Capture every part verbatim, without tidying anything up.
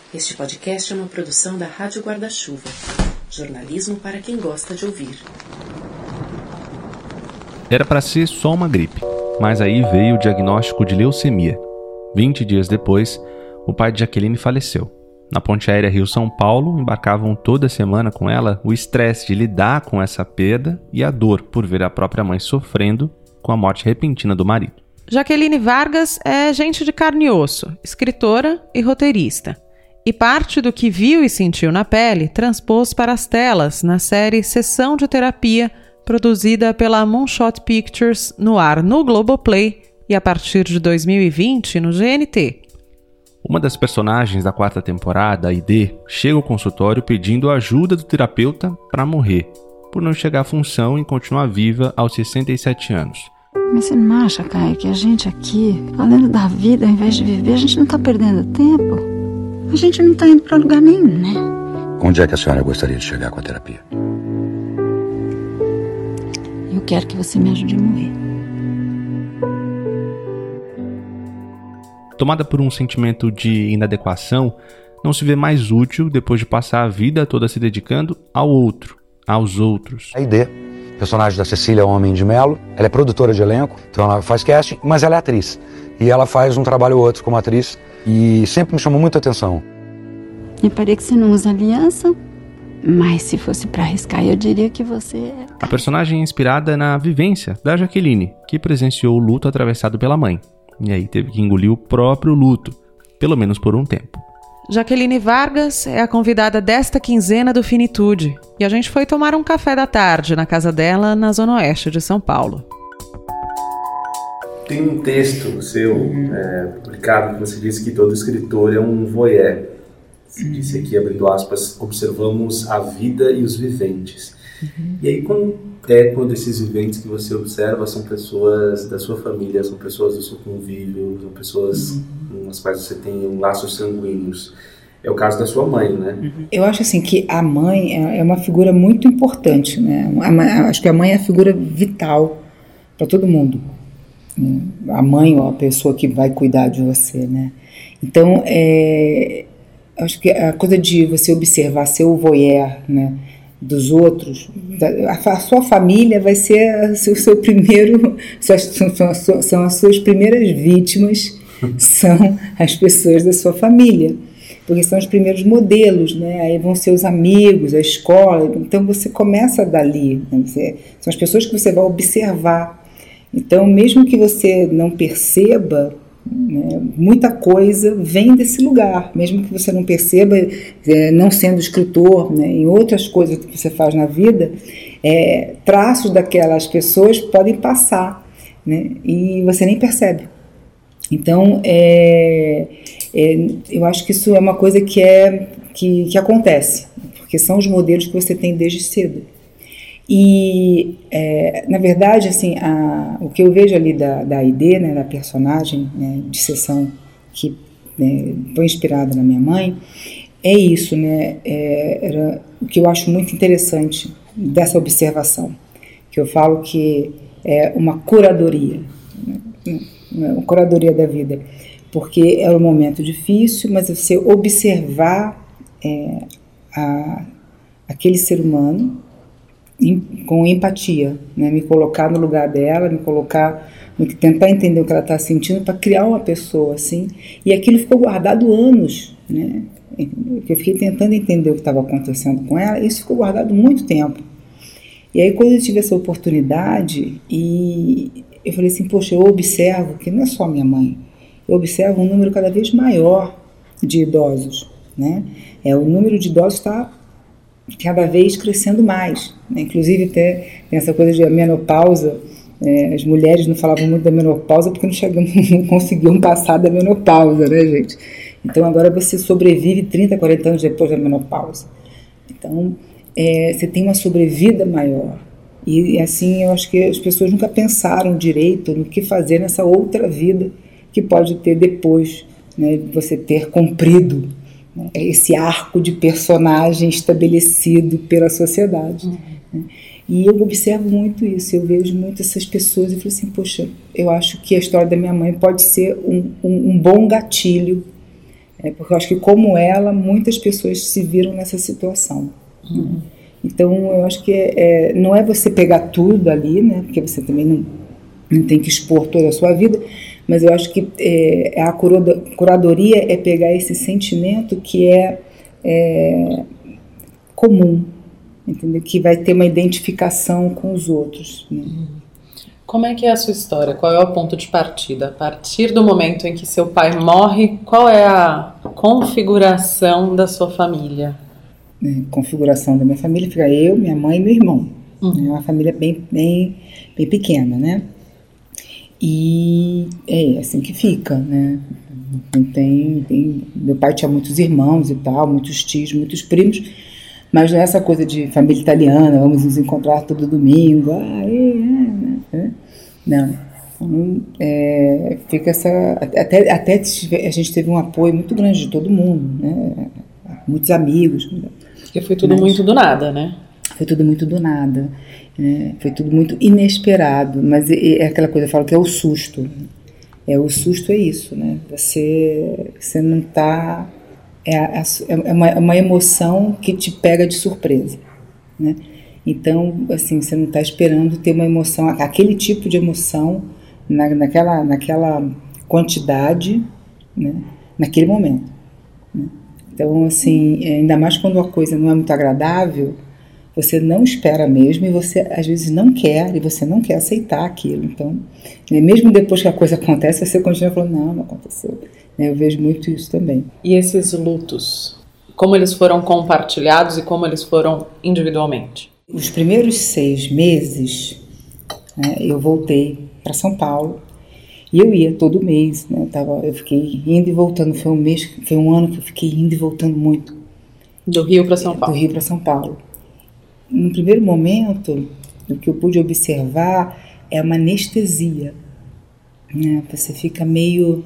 Este podcast é uma produção da Rádio Guarda-Chuva. Jornalismo para quem gosta de ouvir. Era para ser só uma gripe, mas aí veio o diagnóstico de leucemia. Vinte dias depois, o pai de Jaqueline faleceu. Na ponte aérea Rio-São Paulo, embarcavam toda semana com ela o estresse de lidar com essa perda e a dor por ver a própria mãe sofrendo com a morte repentina do marido. Jaqueline Vargas é gente de carne e osso, escritora e roteirista. E parte do que viu e sentiu na pele transpôs para as telas na série Sessão de Terapia, produzida pela Moonshot Pictures, no ar no Globoplay e a partir de dois mil e vinte no G N T. Uma das personagens da quarta temporada, a Aide, chega ao consultório pedindo a ajuda do terapeuta para morrer, por não chegar à função e continuar viva aos sessenta e sete anos. Mas você não acha, Caio, que a gente aqui, falando da vida ao invés de viver, a gente não está perdendo tempo? A gente não está indo para lugar nenhum, né? Onde é que a senhora gostaria de chegar com a terapia? Eu quero que você me ajude a morrer. Tomada por um sentimento de inadequação, não se vê mais útil depois de passar a vida toda se dedicando ao outro, aos outros. A Aide, personagem da Cecília Homem de Melo, ela é produtora de elenco, então ela faz casting, mas ela é atriz. E ela faz um trabalho ou outro como atriz e sempre me chamou muita atenção. Reparei que você não usa aliança, mas se fosse para arriscar, eu diria que você é... A personagem é inspirada na vivência da Jaqueline, que presenciou o luto atravessado pela mãe. E aí teve que engolir o próprio luto, pelo menos por um tempo. Jaqueline Vargas é a convidada desta quinzena do Finitude. E a gente foi tomar um café da tarde na casa dela, na zona oeste de São Paulo. Tem um texto seu é, publicado que você disse que todo escritor é um voyeur. Você disse aqui, abrindo aspas, observamos a vida e os viventes. Uhum. E aí, quando é quando esses viventes que você observa são pessoas da sua família, são pessoas do seu convívio, são pessoas uhum. com as quais você tem um laços sanguíneos. É o caso da sua mãe, né? Uhum. Eu acho assim que a mãe é uma figura muito importante, né? Acho que a mãe é a figura vital para todo mundo. A mãe ou a pessoa que vai cuidar de você, né? Então, é, acho que a coisa de você observar, ser o voyeur, né, dos outros, a, a sua família vai ser o seu primeiro, são, são, são as suas primeiras vítimas, são as pessoas da sua família, porque são os primeiros modelos, né? Aí vão ser os amigos, a escola, então você começa dali, né? Você, são as pessoas que você vai observar. Então, mesmo que você não perceba, né, muita coisa vem desse lugar, mesmo que você não perceba, é, não sendo escritor, né, em outras coisas que você faz na vida, é, traços daquelas pessoas podem passar, né, e você nem percebe. Então, é, é, eu acho que isso é uma coisa que, é, que, que acontece, porque são os modelos que você tem desde cedo. E, é, na verdade, assim, a, o que eu vejo ali da, da Aide, né, da personagem, né, de Sessão, que, né, foi inspirada na minha mãe, é isso, né, é, era o que eu acho muito interessante dessa observação, que eu falo que é uma curadoria, né, uma curadoria da vida, porque era um momento difícil, mas você observar é, a, aquele ser humano, com empatia, né? Me colocar no lugar dela, me colocar, tentar entender o que ela está sentindo para criar uma pessoa assim, e aquilo ficou guardado anos, né? Eu fiquei tentando entender o que estava acontecendo com ela, e isso ficou guardado muito tempo. E aí quando eu tive essa oportunidade, e eu falei assim, poxa, eu observo que não é só minha mãe, eu observo um número cada vez maior de idosos, né? É, o número de idosos está cada vez crescendo mais, né? Inclusive até tem essa coisa de menopausa, é, as mulheres não falavam muito da menopausa porque não, chegam, não conseguiam passar da menopausa, né, gente? Então agora você sobrevive trinta, quarenta anos depois da menopausa. Então é, você tem uma sobrevida maior. E, e assim eu acho que as pessoas nunca pensaram direito no que fazer nessa outra vida que pode ter depois, né, de você ter cumprido esse arco de personagem estabelecido pela sociedade. Uhum. Né? E eu observo muito isso, eu vejo muito essas pessoas e falo assim, poxa, eu acho que a história da minha mãe pode ser um, um, um bom gatilho É porque eu acho que, como ela, muitas pessoas se viram nessa situação. Uhum. Então, eu acho que é, é, não é você pegar tudo ali, né? Porque você também não, não tem que expor toda a sua vida, mas eu acho que é, a curadoria é pegar esse sentimento que é, é comum, entendeu? Que vai ter uma identificação com os outros, né? Como é que é a sua história? Qual é o ponto de partida? A partir do momento em que seu pai morre, qual é a configuração da sua família? É, configuração da minha família fica eu, minha mãe e meu irmão. Uhum. É uma família bem, bem, bem pequena, né? E é assim que fica, né? Tem, tem, meu pai tinha muitos irmãos e tal, muitos tios, muitos primos, mas não é essa coisa de família italiana, vamos nos encontrar todo domingo, ah, é, é, é. Não. Então, é, fica essa. Até, até a gente teve um apoio muito grande de todo mundo, né? Muitos amigos. Porque foi tudo mas, muito do nada, né? Foi tudo muito do nada, né? Foi tudo muito inesperado, mas é, é aquela coisa, eu falo que é o susto. É, o susto é isso, né? Você, você não está... É, é, uma, é uma emoção que te pega de surpresa, né? Então, assim, você não está esperando ter uma emoção, aquele tipo de emoção na, naquela, naquela quantidade, né? Naquele momento, né? Então, assim, ainda mais quando a coisa não é muito agradável, você não espera mesmo e você, às vezes, não quer, e você não quer aceitar aquilo. Então, né, mesmo depois que a coisa acontece, você continua falando, não, não aconteceu. Eu vejo muito isso também. E esses lutos, como eles foram compartilhados e como eles foram individualmente? Os primeiros seis meses, né, eu voltei para São Paulo e eu ia todo mês, né, eu, tava, eu fiquei indo e voltando. Foi um mês, foi um ano que eu fiquei indo e voltando muito. Do Rio para São Paulo? Do Rio para São Paulo. No primeiro momento, o que eu pude observar é uma anestesia, né? Você fica meio...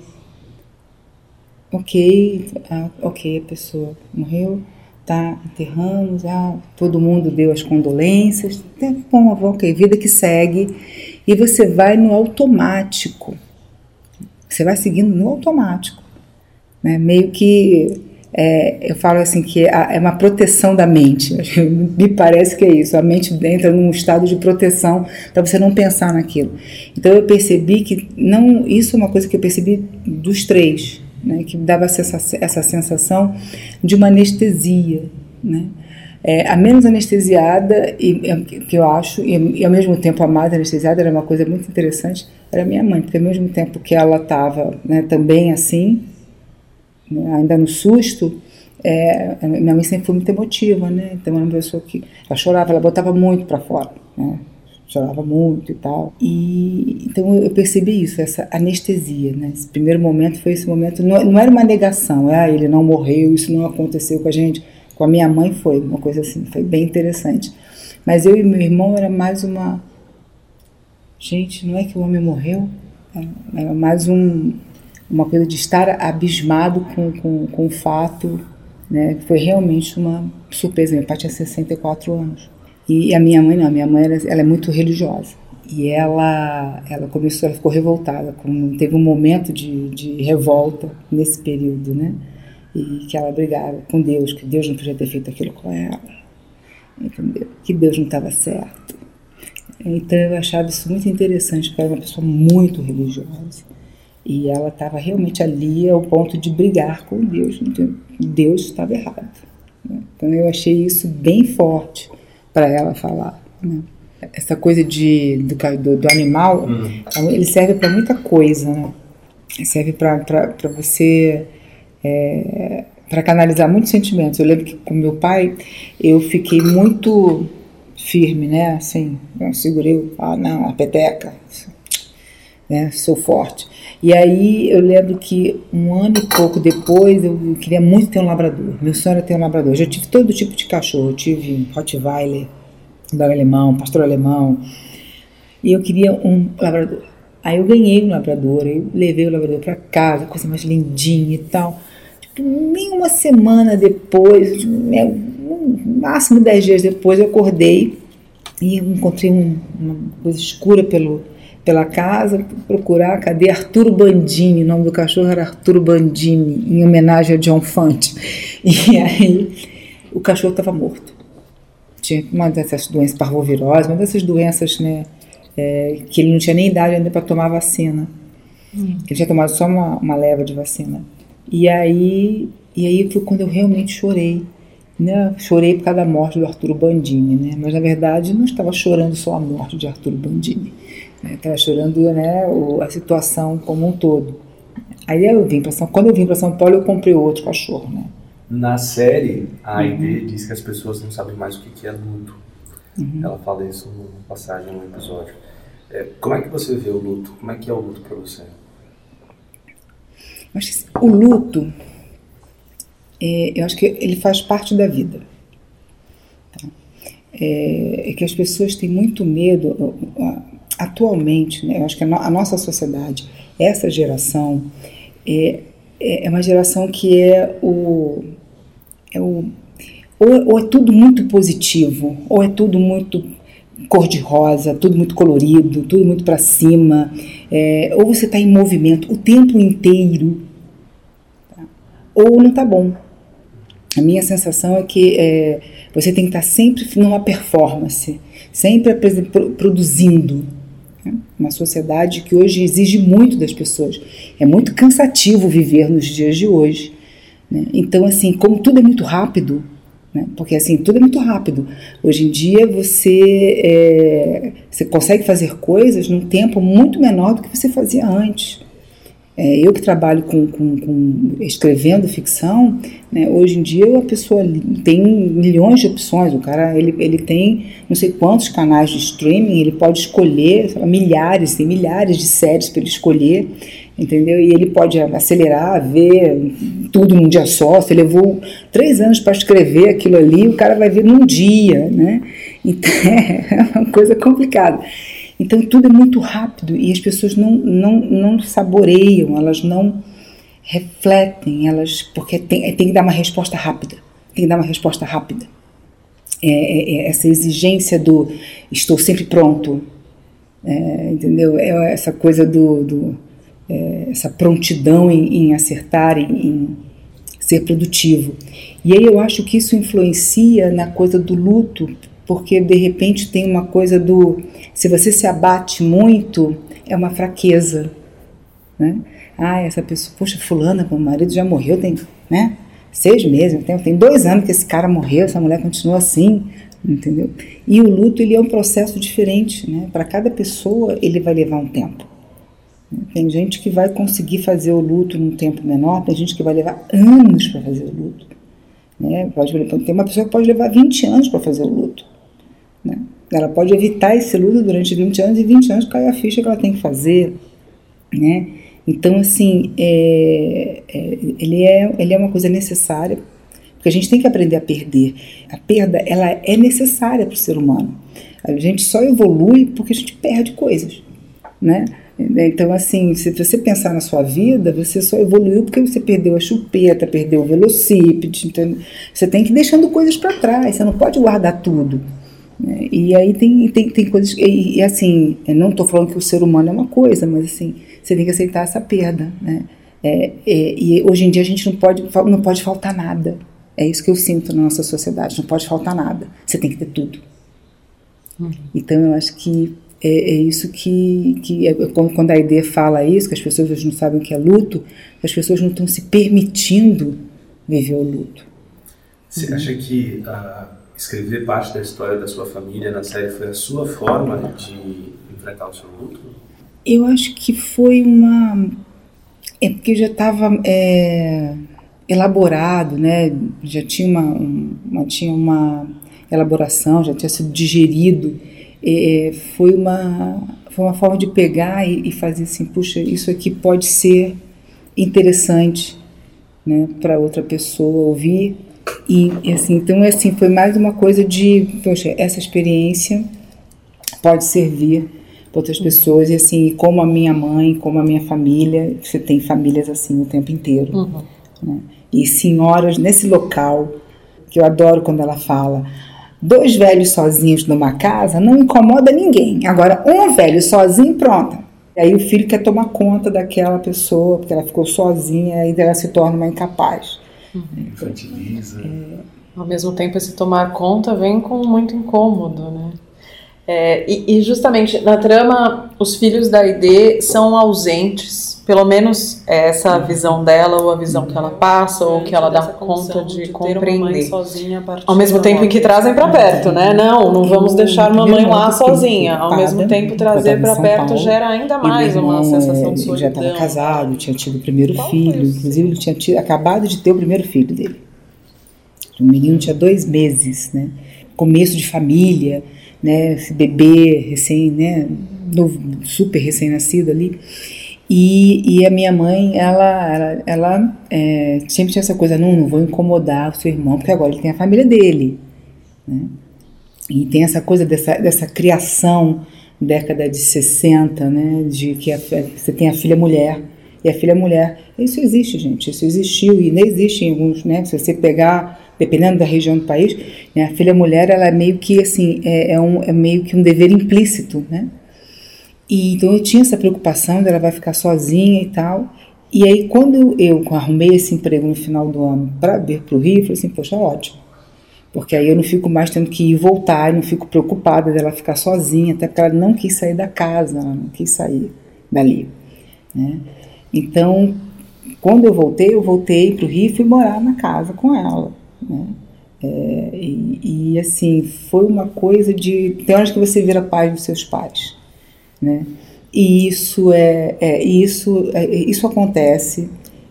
Ok, ah, ok, a pessoa morreu, tá, enterramos, ah, todo mundo deu as condolências, tá bom, ok, vida que segue, e você vai no automático, você vai seguindo no automático, né? Meio que, é, eu falo assim, que é uma proteção da mente, me parece que é isso, a mente entra num estado de proteção para você não pensar naquilo. Então eu percebi que, não, isso é uma coisa que eu percebi dos três, né, que dava essa, essa sensação de uma anestesia, né? É, a menos anestesiada, e, que eu acho, e, e ao mesmo tempo a mais anestesiada, era uma coisa muito interessante, era a minha mãe, porque ao mesmo tempo que ela estava, né, também assim, né, ainda no susto, é, minha mãe sempre foi muito emotiva, né? Então era uma pessoa que ela chorava, ela botava muito para fora, né? Chorava muito e tal. E então eu percebi isso, essa anestesia, né? Esse primeiro momento foi esse momento, não, não era uma negação, ah, ele não morreu, isso não aconteceu com a gente. Com a minha mãe foi uma coisa assim, foi bem interessante. Mas eu e meu irmão era mais uma... Gente, não é que o homem morreu? Era mais um, uma coisa de estar abismado com, com, com o fato, né? Foi realmente uma surpresa. Meu pai tinha sessenta e quatro anos. E a minha mãe não, a minha mãe ela, ela é muito religiosa. E ela, ela começou, ela ficou revoltada, teve um momento de, de revolta nesse período, né? E que ela brigava com Deus, que Deus não podia ter feito aquilo com ela, entendeu? Que Deus não estava certo. Então eu achava isso muito interessante, porque ela era uma pessoa muito religiosa. E ela estava realmente ali ao ponto de brigar com Deus, entendeu? Deus estava errado, né? Então eu achei isso bem forte para ela falar, né? Essa coisa de, do, do animal, hum. ele serve para muita coisa, né? Ele serve para você, é, para canalizar muitos sentimentos. Eu lembro que com meu pai, eu fiquei muito firme, né? Assim, eu segurei, ah, não, a peteca, né? Sou forte. E aí eu lembro que um ano e pouco depois eu queria muito ter um labrador. Meu sonho era ter um labrador. Eu já tive todo tipo de cachorro. Eu tive Rottweiler, dog alemão, pastor alemão. E eu queria um labrador. Aí eu ganhei um labrador, eu levei o labrador para casa, coisa mais lindinha e tal. Tipo, nem uma semana depois, no máximo dez dias depois, eu acordei e encontrei um, uma coisa escura pelo, pela casa, procurar, cadê Arturo Bandini? O nome do cachorro era Arturo Bandini, em homenagem a John Fante. E aí o cachorro estava morto. Tinha uma dessas doenças, parvovirose, uma dessas doenças, né, é, que ele não tinha nem idade ainda para tomar vacina. Hum. Ele tinha tomado só uma, uma leva de vacina. E aí, e aí foi quando eu realmente chorei. Né? Chorei por causa da morte do Arturo Bandini, né? Mas na verdade não estava chorando só a morte de Arturo Bandini, né? Estava chorando, né, o, a situação como um todo. Aí eu vim para São, quando eu vim para São Paulo, eu comprei outro cachorro, né? Na série, a Aide uhum. diz que as pessoas não sabem mais o que é luto. Uhum. Ela fala isso numa passagem, num episódio. É, como é que você vê o luto? Como é que é o luto para você? Mas o luto, é, eu acho que ele faz parte da vida. Tá? É, é que as pessoas têm muito medo, atualmente, né, eu acho que a, no, a nossa sociedade, essa geração, é, é uma geração que é o... É o ou, ou é tudo muito positivo, ou é tudo muito cor-de-rosa, tudo muito colorido, tudo muito para cima, é, ou você está em movimento o tempo inteiro, tá? Ou não está bom. A minha sensação é que é, você tem que estar sempre numa performance, sempre produzindo. Né? Uma sociedade que hoje exige muito das pessoas. É muito cansativo viver nos dias de hoje. Né? Então, assim, como tudo é muito rápido, né? Porque assim, tudo é muito rápido. Hoje em dia você, é, você consegue fazer coisas num tempo muito menor do que você fazia antes. É, eu que trabalho com, com, com escrevendo ficção, né, hoje em dia a pessoa tem milhões de opções. O cara ele, ele tem não sei quantos canais de streaming, ele pode escolher lá, milhares, tem milhares de séries para ele escolher, entendeu? E ele pode acelerar, ver tudo num dia só. Se levou três anos para escrever aquilo ali, o cara vai ver num dia, né? Então é uma coisa complicada. Então tudo é muito rápido e as pessoas não, não, não saboreiam, elas não refletem, elas, porque tem, tem que dar uma resposta rápida, tem que dar uma resposta rápida. É, é, é essa exigência do estou sempre pronto, é, entendeu? É essa coisa do, do é, essa prontidão em, em acertar, em, em ser produtivo. E aí eu acho que isso influencia na coisa do luto, porque de repente tem uma coisa do, se você se abate muito, é uma fraqueza, né? Ah, essa pessoa, poxa, fulana, meu marido já morreu, tem, né, seis meses, tem, tem dois anos que esse cara morreu, essa mulher continua assim, entendeu? E o luto, ele é um processo diferente, né? Para cada pessoa, ele vai levar um tempo. Tem gente que vai conseguir fazer o luto num tempo menor, tem gente que vai levar anos para fazer o luto, né? Pode, tem uma pessoa que pode levar vinte anos para fazer o luto, né? Ela pode evitar esse luto durante vinte anos, e vinte anos cai a ficha que ela tem que fazer, né? Então, assim, é, é, ele, é, ele é uma coisa necessária, porque a gente tem que aprender a perder. A perda, ela é necessária para o ser humano. A gente só evolui porque a gente perde coisas, né? Então, assim, se você pensar na sua vida, você só evoluiu porque você perdeu a chupeta, perdeu o velocípede, então você tem que ir deixando coisas para trás, você não pode guardar tudo. Né? E aí tem, tem, tem coisas, e, e assim, eu não estou falando que o ser humano é uma coisa, mas assim, você tem que aceitar essa perda, né? É, é, e hoje em dia a gente não pode, não pode faltar nada. É isso que eu sinto na nossa sociedade, não pode faltar nada, você tem que ter tudo. Uhum. Então eu acho que é, é isso que, que é, quando a Aide fala isso, que as pessoas hoje não sabem o que é luto, as pessoas não estão se permitindo viver o luto. Você uhum. acha que uh, escrever parte da história da sua família na série foi a sua forma de enfrentar o seu luto? Eu acho que foi uma... É porque já estava é, elaborado, né? Já tinha uma, uma, tinha uma elaboração, já tinha sido digerido. É, foi, uma, foi uma forma de pegar e, e fazer assim, puxa, isso aqui pode ser interessante, né, para outra pessoa ouvir. E, e assim, então assim, foi mais uma coisa de, poxa, essa experiência pode servir para outras pessoas, e assim, como a minha mãe, como a minha família, você tem famílias assim o tempo inteiro, uhum. né? E senhoras nesse local, que eu adoro quando ela fala, Dois velhos sozinhos numa casa não incomoda ninguém. Agora, um velho sozinho, pronto. E aí o filho quer tomar conta daquela pessoa, porque ela ficou sozinha, e ela se torna uma incapaz. Uhum. Infantiliza. É, ao mesmo tempo, esse tomar conta vem com muito incômodo, né? É, e, e justamente na trama, os filhos da Aide são ausentes, pelo menos é essa a visão dela, ou a visão que ela passa, ou que ela dá conta de, de compreender. Ao mesmo tempo em que trazem para perto, né? Não, não vamos deixar mamãe lá sozinha. Ao mesmo tempo, trazer para perto gera ainda mais uma sensação de solidão. Ele já estava casado, tinha tido o primeiro filho, inclusive ele tinha tido, acabado de ter o primeiro filho dele. O menino tinha dois meses, né? Começo de família, né, esse bebê recém, né, novo, super recém-nascido ali, e, e a minha mãe, ela, ela, ela é, sempre tinha essa coisa, não, não vou incomodar o seu irmão, porque agora ele tem a família dele, né, e tem essa coisa dessa, dessa criação, década de sessenta, né, de que a, você tem a filha mulher, e a filha mulher, isso existe, gente, isso existiu, e nem existe em alguns, né, se você pegar, dependendo da região do país, né, a filha mulher, ela é meio que assim, é, é, um, é meio que um dever implícito, né? E então eu tinha essa preocupação dela vai ficar sozinha e tal. E aí quando eu arrumei esse emprego no final do ano para vir para o Rio, eu falei assim, poxa, ótimo. Porque aí eu não fico mais tendo que ir e voltar, eu não fico preocupada dela ficar sozinha, até porque ela não quis sair da casa, ela não quis sair dali, né? Então, quando eu voltei, eu voltei para o Rio e fui morar na casa com ela. Né? É, e, e assim foi uma coisa de tem horas que você vira pai dos seus pais, né? E isso é, é isso é, isso acontece,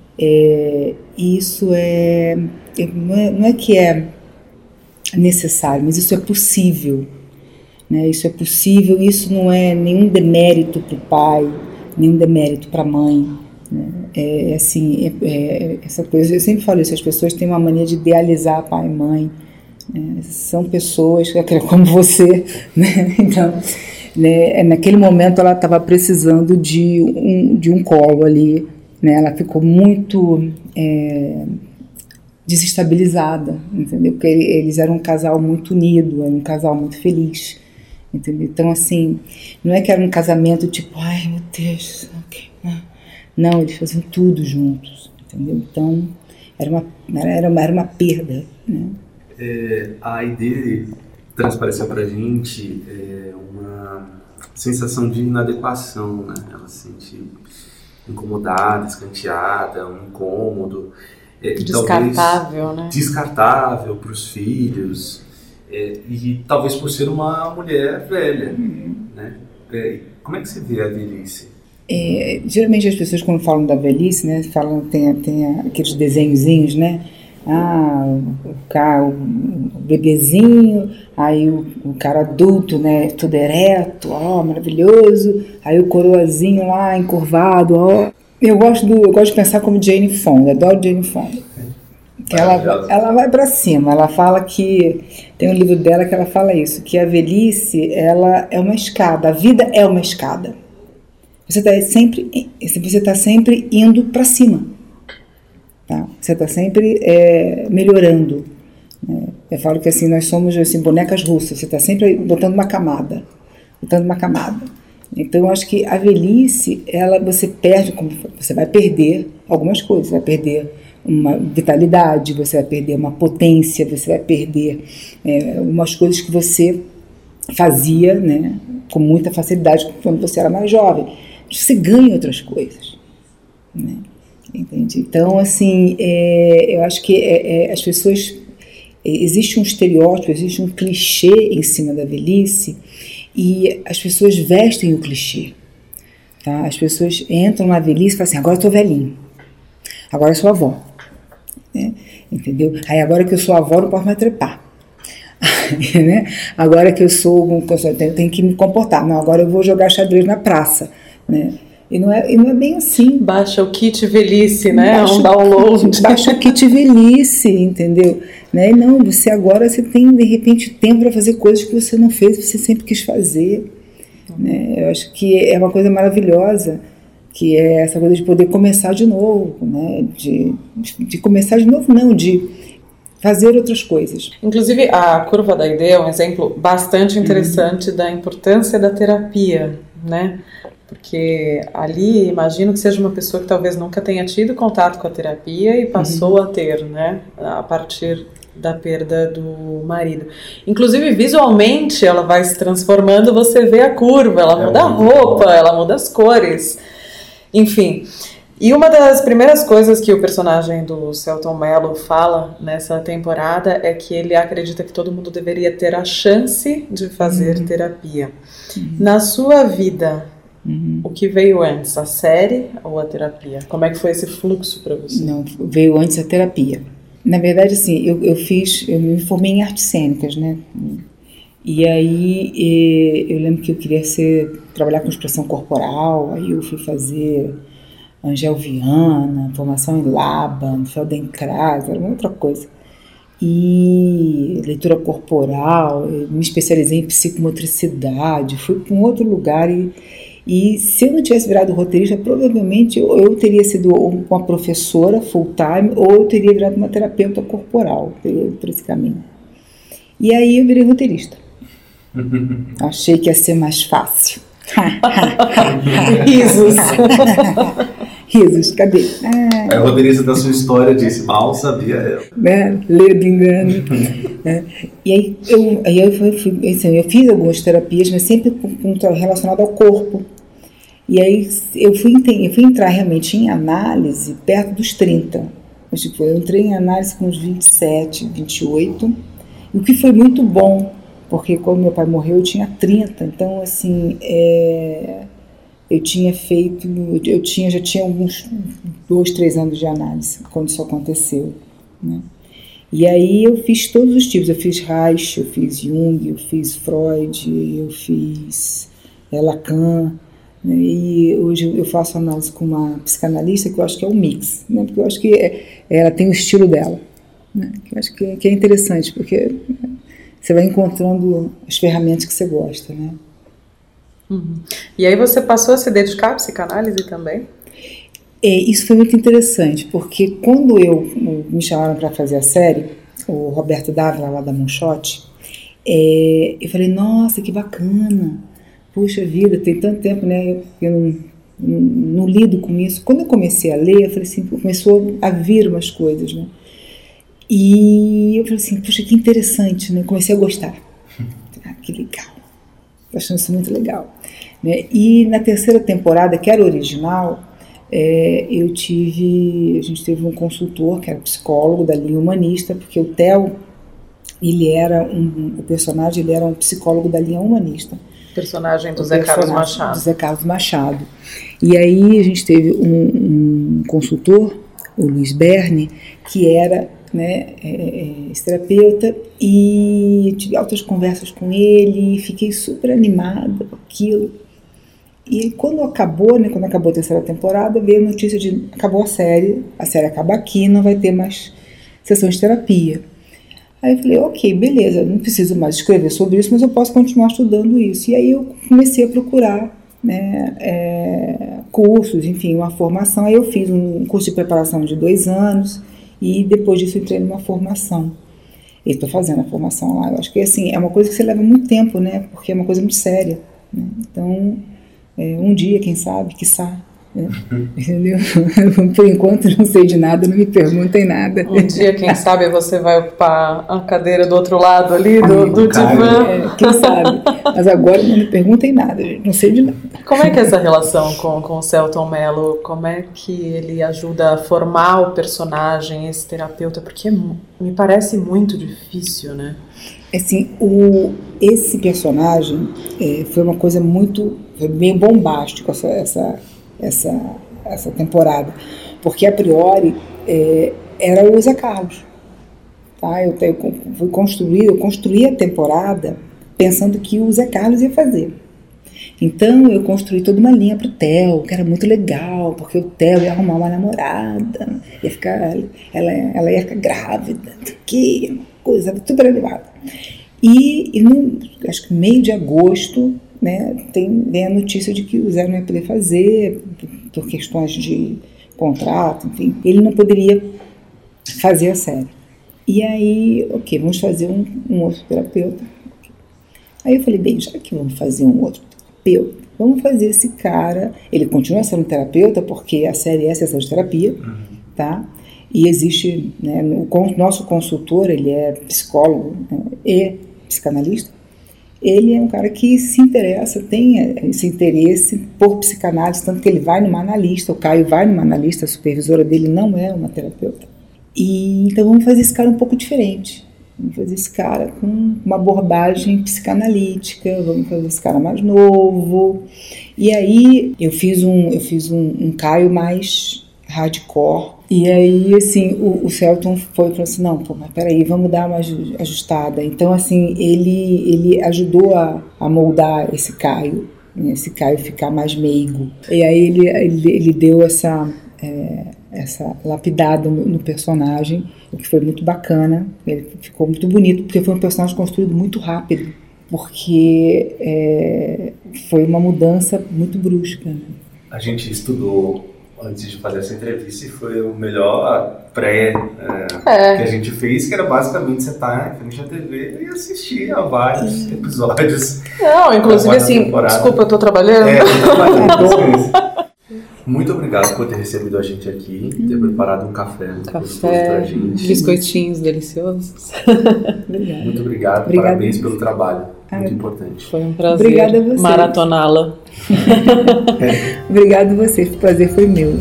é, isso é não, é não é que é necessário, mas isso é possível, né? Isso é possível, isso não é nenhum demérito para o pai, nenhum demérito para a mãe. É assim, é, é, essa coisa, eu sempre falo isso, as pessoas têm uma mania de idealizar pai e mãe, né? São pessoas como você, né? Então, né, naquele momento ela estava precisando de um, de um colo ali, né? Ela ficou muito é, desestabilizada, entendeu? Porque eles eram um casal muito unido, era um casal muito feliz, entendeu? Então assim, não é que era um casamento tipo, ai meu Deus, ok, não. Não, eles faziam tudo juntos, entendeu? Então, era uma, era uma, era uma perda, né? É, a Aide transpareceu pra gente é, uma sensação de inadequação, né? Ela se sente incomodada, escanteada, um incômodo. É, descartável, né? Descartável para os filhos. É, e talvez por ser uma mulher velha, uhum. Né? É, como é que você vê a velhice? É, geralmente as pessoas quando falam da velhice, né, falam, tem, tem aqueles desenhozinhos, né, ah, o, cara, o bebezinho, aí o, o cara adulto, né, todo ereto, ó, maravilhoso, aí o coroazinho lá, encurvado, ó. Eu gosto, do, eu gosto de pensar como Jane Fonda, adoro Jane Fonda, que ela, ela vai pra cima, ela fala que, tem um livro dela que ela fala isso, que a velhice, ela é uma escada, a vida é uma escada. Você está sempre, você tá sempre indo para cima, tá? Você está sempre é, melhorando, né? Eu falo que assim, nós somos assim, bonecas russas, você está sempre botando uma camada, botando uma camada. Então eu acho que a velhice, ela, você perde, você vai perder algumas coisas, você vai perder uma vitalidade, você vai perder uma potência, você vai perder é, umas coisas que você fazia, né, com muita facilidade quando você era mais jovem. Você ganha outras coisas, né? Entende? Então, assim, é, eu acho que é, é, as pessoas... É, existe um estereótipo, existe um clichê em cima da velhice e as pessoas vestem o clichê, tá? As pessoas entram na velhice e falam assim, agora eu tô velhinho, agora eu sou avó, né? Entendeu? Aí agora que eu sou avó, não posso mais trepar. Né? Agora que eu sou, eu tenho, tenho que me comportar, não, agora eu vou jogar xadrez na praça, né? E não é, e não é bem assim. Baixa o kit velhice, né? Baixa, um download. Baixa o kit velhice, entendeu? Né? E não, você agora você tem de repente tempo para fazer coisas que você não fez, você sempre quis fazer, né? Eu acho que é uma coisa maravilhosa, que é essa coisa de poder começar de novo, né? De, de começar de novo, não, de fazer outras coisas. Inclusive, a curva da ideia é um exemplo bastante interessante uhum. da importância da terapia, né? Porque ali, imagino que seja uma pessoa que talvez nunca tenha tido contato com a terapia e passou uhum. a ter, né? A partir da perda do marido. Inclusive, visualmente, ela vai se transformando, você vê a curva, ela muda a roupa, ela muda as cores, enfim. E uma das primeiras coisas que o personagem do Selton Mello fala nessa temporada é que ele acredita que todo mundo deveria ter a chance de fazer uhum. terapia. Uhum. Na sua vida, uhum. o que veio antes, a série ou a terapia? Como é que foi esse fluxo para você? Não, veio antes a terapia. Na verdade, assim, eu, eu fiz, eu me formei em artes cênicas, né? E aí eu lembro que eu queria ser, trabalhar com expressão corporal, aí eu fui fazer Angel Viana, formação em Laban, Feldenkrais, era uma outra coisa. E leitura corporal, me especializei em psicomotricidade, fui para um outro lugar e, e se eu não tivesse virado roteirista, provavelmente eu, eu teria sido uma professora full time ou eu teria virado uma terapeuta corporal, teria ido por esse caminho. E aí eu virei roteirista. Achei que ia ser mais fácil. Risos. Risos, cadê? Ah. A roteirista da sua história disse, mal sabia eu. Né? Ledo engano. Né? E aí eu, aí eu, fui, assim, eu fiz algumas terapias, mas sempre com, com, relacionado ao corpo. E aí eu fui, eu fui entrar realmente em análise perto dos trinta. Eu, tipo, eu entrei em análise com uns vinte e sete, vinte e oito, o que foi muito bom, porque quando meu pai morreu eu tinha trinta, então assim, é, eu tinha feito, eu tinha, já tinha alguns dois, três anos de análise quando isso aconteceu, né? E aí eu fiz todos os tipos, eu fiz Reich, eu fiz Jung, eu fiz Freud, eu fiz é, Lacan, né? E hoje eu faço análise com uma psicanalista que eu acho que é um mix, né? Porque eu acho que é, ela tem o estilo dela, né? Que eu acho que é, que é interessante, porque você vai encontrando as ferramentas que você gosta, né? Uhum. E aí você passou a se dedicar à psicanálise também? É, isso foi muito interessante, porque quando eu me chamaram para fazer a série, o Roberto Dávila, lá da Monchote, é, eu falei, nossa, que bacana, puxa vida, tem tanto tempo, né, eu, eu não, não, não lido com isso. Quando eu comecei a ler, eu falei assim, começou a vir umas coisas, né, e eu falei assim, puxa, que interessante, né, comecei a gostar. Ah, que legal, tô achando isso muito legal, né, e na terceira temporada, que era original, É, eu tive, a gente teve um consultor que era psicólogo da linha humanista, porque o Theo, ele era um, o personagem, ele era um psicólogo da linha humanista. Personagem do Zé Carlos Machado. Do Zé Carlos Machado. E aí a gente teve um, um consultor, o Luiz Berni, que era, né, é, esse terapeuta, e tive altas conversas com ele, fiquei super animada com aquilo. E quando acabou, né, quando acabou a terceira temporada, veio a notícia de acabou a série, a série acaba aqui, não vai ter mais sessões de terapia. Aí eu falei, ok, beleza, não preciso mais escrever sobre isso, mas eu posso continuar estudando isso. E aí eu comecei a procurar, né, é, cursos, enfim, uma formação. Aí eu fiz um curso de preparação de dois anos e depois disso entrei numa formação. E estou fazendo a formação lá. Eu acho que assim, é uma coisa que você leva muito tempo, né, porque é uma coisa muito séria, né? Então... É, um dia, quem sabe, quiçá, né? Entendeu? Por enquanto não sei de nada, não me perguntem nada. Um dia, quem sabe, você vai ocupar a cadeira do outro lado ali, do, do divã. É, quem sabe, mas agora não me perguntem nada, não sei de nada. Como é que é essa relação com, com o Selton Mello? Como é que ele ajuda a formar o personagem, esse terapeuta? Porque me parece muito difícil, né? Assim, o, esse personagem é, foi uma coisa muito, foi bem bombástico essa, essa, essa, essa temporada, porque a priori é, era o Zé Carlos, tá? Eu, eu fui construir, eu construí a temporada pensando que o Zé Carlos ia fazer. Então eu construí toda uma linha para o Theo, que era muito legal, porque o Theo ia arrumar uma namorada, ia ficar, ela, ela ia ficar grávida, que uma coisa super animada. E, e no, acho que meio de agosto, né, tem, vem a notícia de que o Zé não ia poder fazer, por, por questões de contrato, enfim, ele não poderia fazer a série. E aí, ok, vamos fazer um, um outro terapeuta. Aí eu falei, bem, já que vamos fazer um outro terapeuta, vamos fazer esse cara... Ele continua sendo terapeuta porque a série é sessão de terapia, uhum. tá? E existe, né, o nosso consultor, ele é psicólogo, né, e psicanalista. Ele é um cara que se interessa, tem esse interesse por psicanálise, tanto que ele vai numa analista, o Caio vai numa analista, a supervisora dele não é uma terapeuta. E, então vamos fazer esse cara um pouco diferente. Vamos fazer esse cara com uma abordagem psicanalítica, vamos fazer esse cara mais novo. E aí eu fiz um, eu fiz um, um Caio mais hardcore. E aí, assim, o, o Celton foi e falou assim, não, pô, mas peraí, vamos dar uma ajustada. Então, assim, ele, ele ajudou a, a moldar esse Caio, né, esse Caio ficar mais meigo. E aí ele, ele, ele deu essa, é, essa lapidada no, no personagem, o que foi muito bacana. Ele ficou muito bonito, porque foi um personagem construído muito rápido, porque é, foi uma mudança muito brusca. Né? A gente estudou antes de fazer essa entrevista, e foi o melhor pré é, é. que a gente fez, que era basicamente sentar em frente à T V e assistir a vários hum. episódios. Não, inclusive assim, temporada. Desculpa, eu tô trabalhando. É, eu tô trabalhando. Muito obrigado por ter recebido a gente aqui, ter hum. preparado um café muito café, gostoso pra gente. Biscoitinhos deliciosos. Obrigada. Muito obrigado, Obrigada. Parabéns pelo trabalho. Muito ah, importante. Foi um prazer Obrigada a vocês. Maratoná-la. Obrigado a vocês, o prazer foi meu.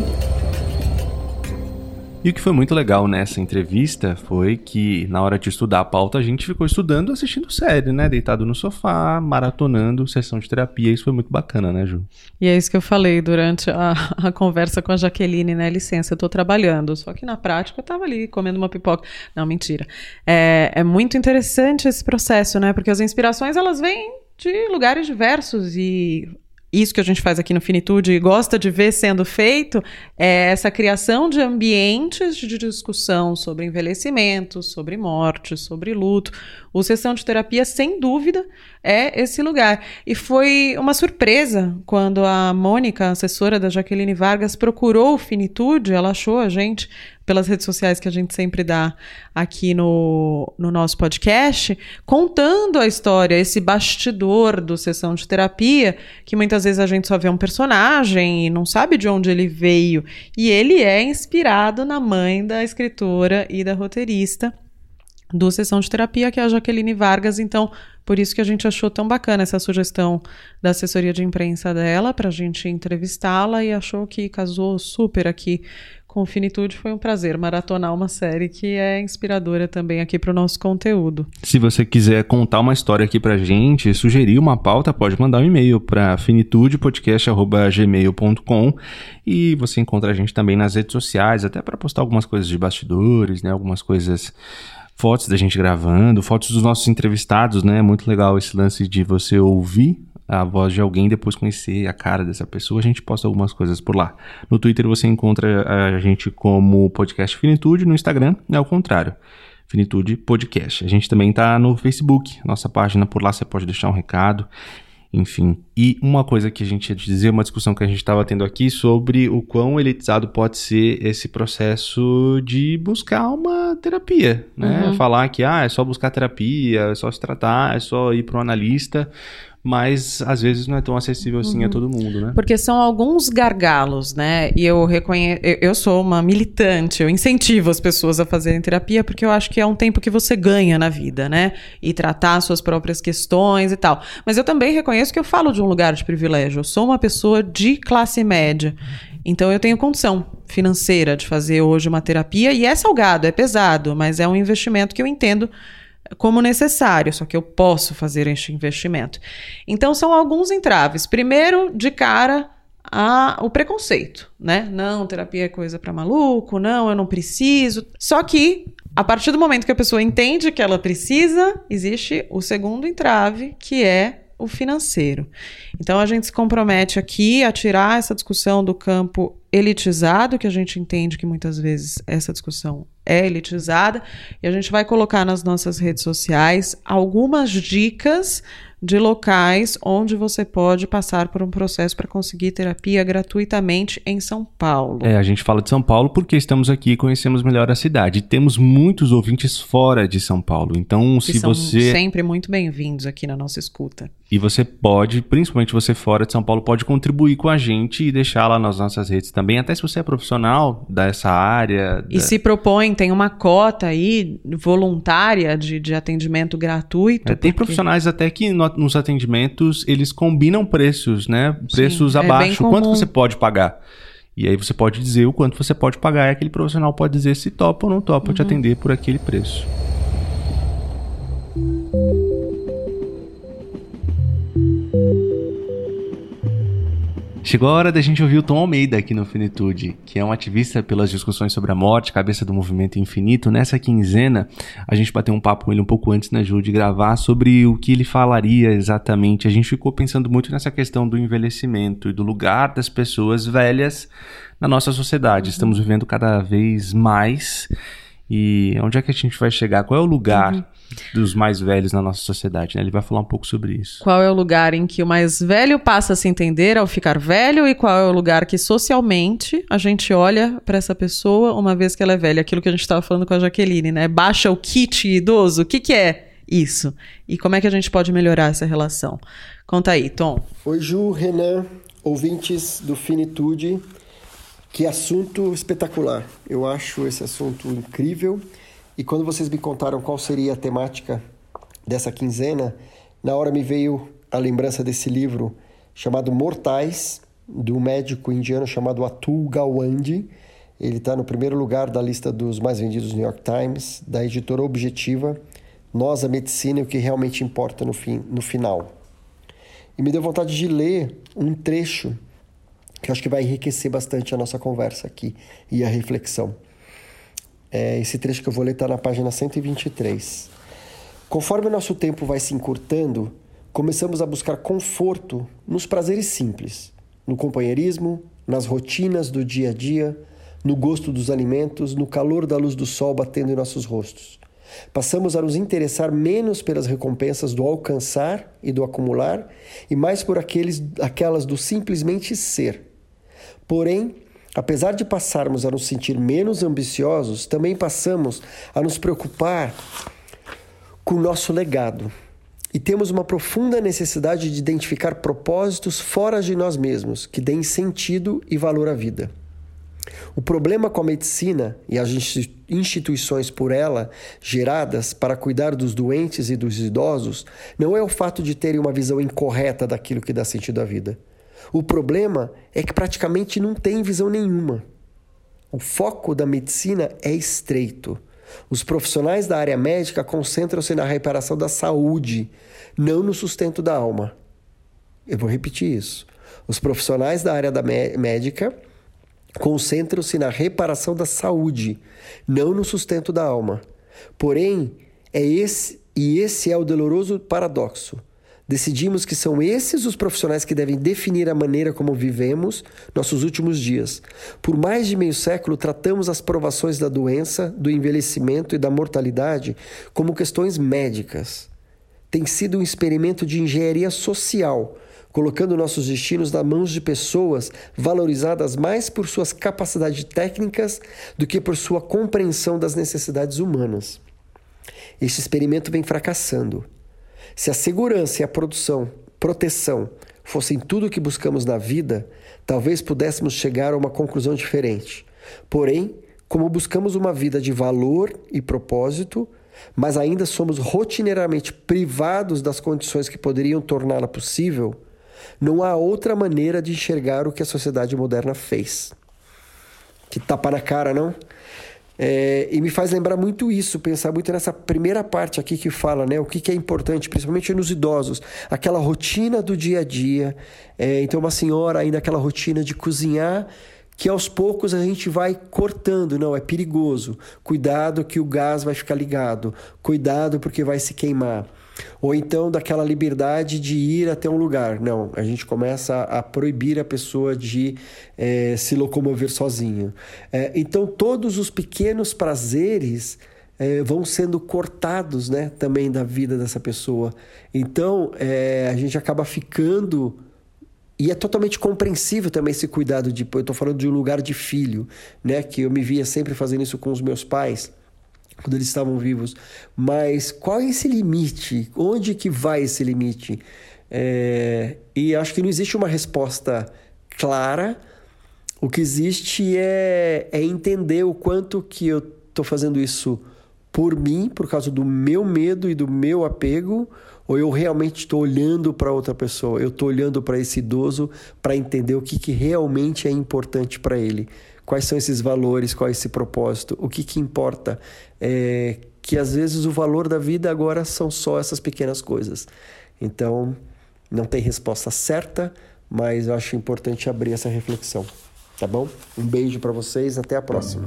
E o que foi muito legal nessa entrevista foi que, na hora de estudar a pauta, a gente ficou estudando, assistindo série, né? Deitado no sofá, maratonando, sessão de terapia. Isso foi muito bacana, né, Ju? E é isso que eu falei durante a, a conversa com a Jaqueline, né? Licença, eu tô trabalhando. Só que na prática eu tava ali comendo uma pipoca. Não, mentira. É, é muito interessante esse processo, né? Porque as inspirações, elas vêm de lugares diversos e... Isso que a gente faz aqui no Finitude e gosta de ver sendo feito é essa criação de ambientes de discussão sobre envelhecimento, sobre morte, sobre luto. O Sessão de Terapia, sem dúvida, é esse lugar. E foi uma surpresa quando a Mônica, assessora da Jaqueline Vargas, procurou o Finitude, ela achou a gente pelas redes sociais que a gente sempre dá aqui no, no nosso podcast, contando a história, esse bastidor do Sessão de Terapia, que muitas vezes a gente só vê um personagem e não sabe de onde ele veio. E ele é inspirado na mãe da escritora e da roteirista do Sessão de Terapia, que é a Jaqueline Vargas. Então, por isso que a gente achou tão bacana essa sugestão da assessoria de imprensa dela, para a gente entrevistá-la, e achou que casou super aqui com o Finitude. Foi um prazer maratonar uma série que é inspiradora também aqui para o nosso conteúdo. Se você quiser contar uma história aqui pra gente, sugerir uma pauta, pode mandar um e-mail para finitudepodcast arroba gmail ponto com, e você encontra a gente também nas redes sociais, até para postar algumas coisas de bastidores, né, algumas coisas... Fotos da gente gravando, fotos dos nossos entrevistados, né? Muito legal esse lance de você ouvir a voz de alguém e depois conhecer a cara dessa pessoa. A gente posta algumas coisas por lá. No Twitter você encontra a gente como Podcast Finitude, no Instagram é o contrário, Finitude Podcast. A gente também tá no Facebook, nossa página, por lá você pode deixar um recado. Enfim, e uma coisa que a gente ia dizer, uma discussão que a gente estava tendo aqui sobre o quão elitizado pode ser esse processo de buscar uma terapia, né? Uhum. Falar que ah, é só buscar terapia, é só se tratar, é só ir para um analista, mas às vezes não é tão acessível assim uhum. a todo mundo, né? Porque são alguns gargalos, né? E eu reconheço, eu sou uma militante, eu incentivo as pessoas a fazerem terapia porque eu acho que é um tempo que você ganha na vida, né? E tratar suas próprias questões e tal. Mas eu também reconheço que eu falo de um lugar de privilégio. Eu sou uma pessoa de classe média. Então eu tenho condição financeira de fazer hoje uma terapia e é salgado, é pesado, mas é um investimento que eu entendo como necessário, só que eu posso fazer este investimento. Então, são alguns entraves. Primeiro, de cara, a, o preconceito, né? Não, terapia é coisa para maluco, não, eu não preciso. Só que, a partir do momento que a pessoa entende que ela precisa, existe o segundo entrave, que é o financeiro. Então, a gente se compromete aqui a tirar essa discussão do campo elitizado, que a gente entende que muitas vezes essa discussão é elitizada, e a gente vai colocar nas nossas redes sociais algumas dicas de locais onde você pode passar por um processo para conseguir terapia gratuitamente em São Paulo. É, a gente fala de São Paulo porque estamos aqui e conhecemos melhor a cidade. E temos muitos ouvintes fora de São Paulo. Então, que se são você... sempre muito bem-vindos aqui na nossa escuta. E você pode, principalmente você fora de São Paulo, pode contribuir com a gente e deixar lá nas nossas redes também. Até se você é profissional dessa área. E da... se propõe, tem uma cota aí voluntária de, de atendimento gratuito. É, tem porque... profissionais até que no, nos atendimentos eles combinam preços, né? Preços Sim, abaixo. É quanto você pode pagar? E aí você pode dizer o quanto você pode pagar. E aquele profissional pode dizer se topa ou não topa uhum. te atender por aquele preço. Chegou a hora da gente ouvir o Tom Almeida aqui no Finitude, que é um ativista pelas discussões sobre a morte, cabeça do movimento infinito. Nessa quinzena, a gente bateu um papo com ele um pouco antes, né, Ju, de gravar sobre o que ele falaria exatamente. A gente ficou pensando muito nessa questão do envelhecimento e do lugar das pessoas velhas na nossa sociedade. Uhum. Estamos vivendo cada vez mais. E onde é que a gente vai chegar? Qual é o lugar uhum. dos mais velhos na nossa sociedade? Né? Ele vai falar um pouco sobre isso. Qual é o lugar em que o mais velho passa a se entender ao ficar velho e qual é o lugar que socialmente a gente olha para essa pessoa uma vez que ela é velha? Aquilo que a gente estava falando com a Jaqueline, né? Baixa o kit idoso. O que, que é isso? E como é que a gente pode melhorar essa relação? Conta aí, Tom. Oi, Ju, Renan, ouvintes do Finitude. Que assunto espetacular. Eu acho esse assunto incrível. E quando vocês me contaram qual seria a temática dessa quinzena, na hora me veio a lembrança desse livro chamado Mortais, do médico indiano chamado Atul Gawande. Ele está no primeiro lugar da lista dos mais vendidos do New York Times, da editora Objetiva, Nós, a Medicina e o que realmente importa no, fim, no final. E me deu vontade de ler um trecho que eu acho que vai enriquecer bastante a nossa conversa aqui e a reflexão. É, esse trecho que eu vou ler está na página cento e vinte e três. Conforme o nosso tempo vai se encurtando, começamos a buscar conforto nos prazeres simples, no companheirismo, nas rotinas do dia a dia, no gosto dos alimentos, no calor da luz do sol batendo em nossos rostos. Passamos a nos interessar menos pelas recompensas do alcançar e do acumular e mais por aqueles, aquelas do simplesmente ser. Porém, apesar de passarmos a nos sentir menos ambiciosos, também passamos a nos preocupar com o nosso legado. E temos uma profunda necessidade de identificar propósitos fora de nós mesmos, que deem sentido e valor à vida. O problema com a medicina e as instituições por ela geradas para cuidar dos doentes e dos idosos não é o fato de terem uma visão incorreta daquilo que dá sentido à vida. O problema é que praticamente não tem visão nenhuma. O foco da medicina é estreito. Os profissionais da área médica concentram-se na reparação da saúde, não no sustento da alma. Eu vou repetir isso. Os profissionais da área da médica concentram-se na reparação da saúde, não no sustento da alma. Porém, é esse, e esse é o doloroso paradoxo. Decidimos que são esses os profissionais que devem definir a maneira como vivemos nossos últimos dias. Por mais de meio século, tratamos as provações da doença, do envelhecimento e da mortalidade como questões médicas. Tem sido um experimento de engenharia social, colocando nossos destinos nas mãos de pessoas valorizadas mais por suas capacidades técnicas do que por sua compreensão das necessidades humanas. Este experimento vem fracassando. Se a segurança e a produção, proteção fossem tudo o que buscamos na vida, talvez pudéssemos chegar a uma conclusão diferente. Porém, como buscamos uma vida de valor e propósito, mas ainda somos rotineiramente privados das condições que poderiam torná-la possível, não há outra maneira de enxergar o que a sociedade moderna fez. Que tapa na cara, não? É, e me faz lembrar muito isso, pensar muito nessa primeira parte aqui que fala, né, o que, que é importante, principalmente nos idosos, aquela rotina do dia a dia. É, então uma senhora ainda aquela rotina de cozinhar, que aos poucos a gente vai cortando. Não, é perigoso, cuidado que o gás vai ficar ligado, cuidado porque vai se queimar. Ou então daquela liberdade de ir até um lugar. Não, a gente começa a, a proibir a pessoa de é, se locomover sozinho. É, então todos os pequenos prazeres é, vão sendo cortados, né, também da vida dessa pessoa. Então é, a gente acaba ficando... E é totalmente compreensível também esse cuidado de... Eu estou falando de um lugar de filho, né, que eu me via sempre fazendo isso com os meus pais, quando eles estavam vivos. Mas qual é esse limite? Onde que vai esse limite? É... E acho que não existe uma resposta clara. O que existe é, é entender o quanto que eu estou fazendo isso por mim, por causa do meu medo e do meu apego, ou eu realmente estou olhando para outra pessoa, eu estou olhando para esse idoso para entender o que, que realmente é importante para ele. Quais são esses valores, qual é esse propósito, o que, que importa. É que às vezes o valor da vida agora são só essas pequenas coisas. Então, não tem resposta certa, mas eu acho importante abrir essa reflexão. Tá bom? Um beijo para vocês, até a próxima.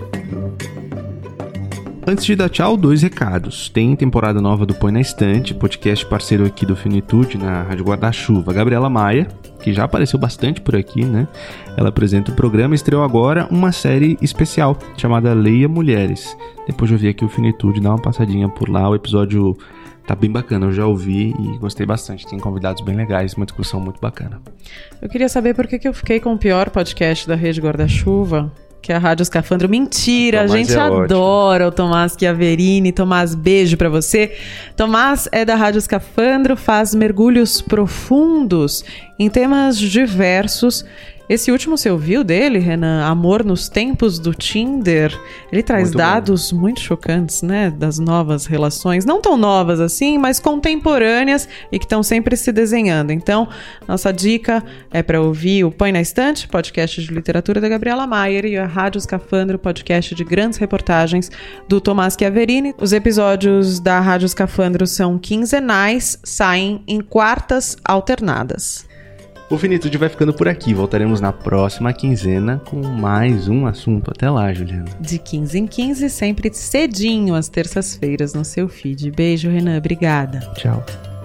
Antes de dar tchau, dois recados. Tem temporada nova do Põe na Estante, podcast parceiro aqui do Finitude na Rádio Guarda-Chuva. Gabriela Maia, que já apareceu bastante por aqui, né? Ela apresenta o programa e estreou agora uma série especial chamada Leia Mulheres. Depois eu vi aqui o Finitude, dá uma passadinha por lá. O episódio tá bem bacana, eu já ouvi e gostei bastante. Tem convidados bem legais, uma discussão muito bacana. Eu queria saber por que, que eu fiquei com o pior podcast da Rede Guarda-Chuva, que é a Rádio Escafandro. Mentira, Tomás, a gente é adora ótimo. O Tomás Chiaverini. Tomás, beijo pra você. Tomás é da Rádio Escafandro, faz mergulhos profundos em temas diversos. Esse último você ouviu dele, Renan? Amor nos tempos do Tinder. Ele traz muito dados bom. Muito chocantes, né? Das novas relações. Não tão novas assim, mas contemporâneas e que estão sempre se desenhando. Então, nossa dica é para ouvir o Põe na Estante, podcast de literatura da Gabriela Maier, e a Rádio Escafandro, podcast de grandes reportagens do Tomás Chiaverini. Os episódios da Rádio Escafandro são quinzenais, saem em quartas alternadas. O Finitude vai ficando por aqui. Voltaremos na próxima quinzena com mais um assunto. Até lá, Juliana. De quinze em quinze, sempre cedinho, às terças-feiras, no seu feed. Beijo, Renan. Obrigada. Tchau.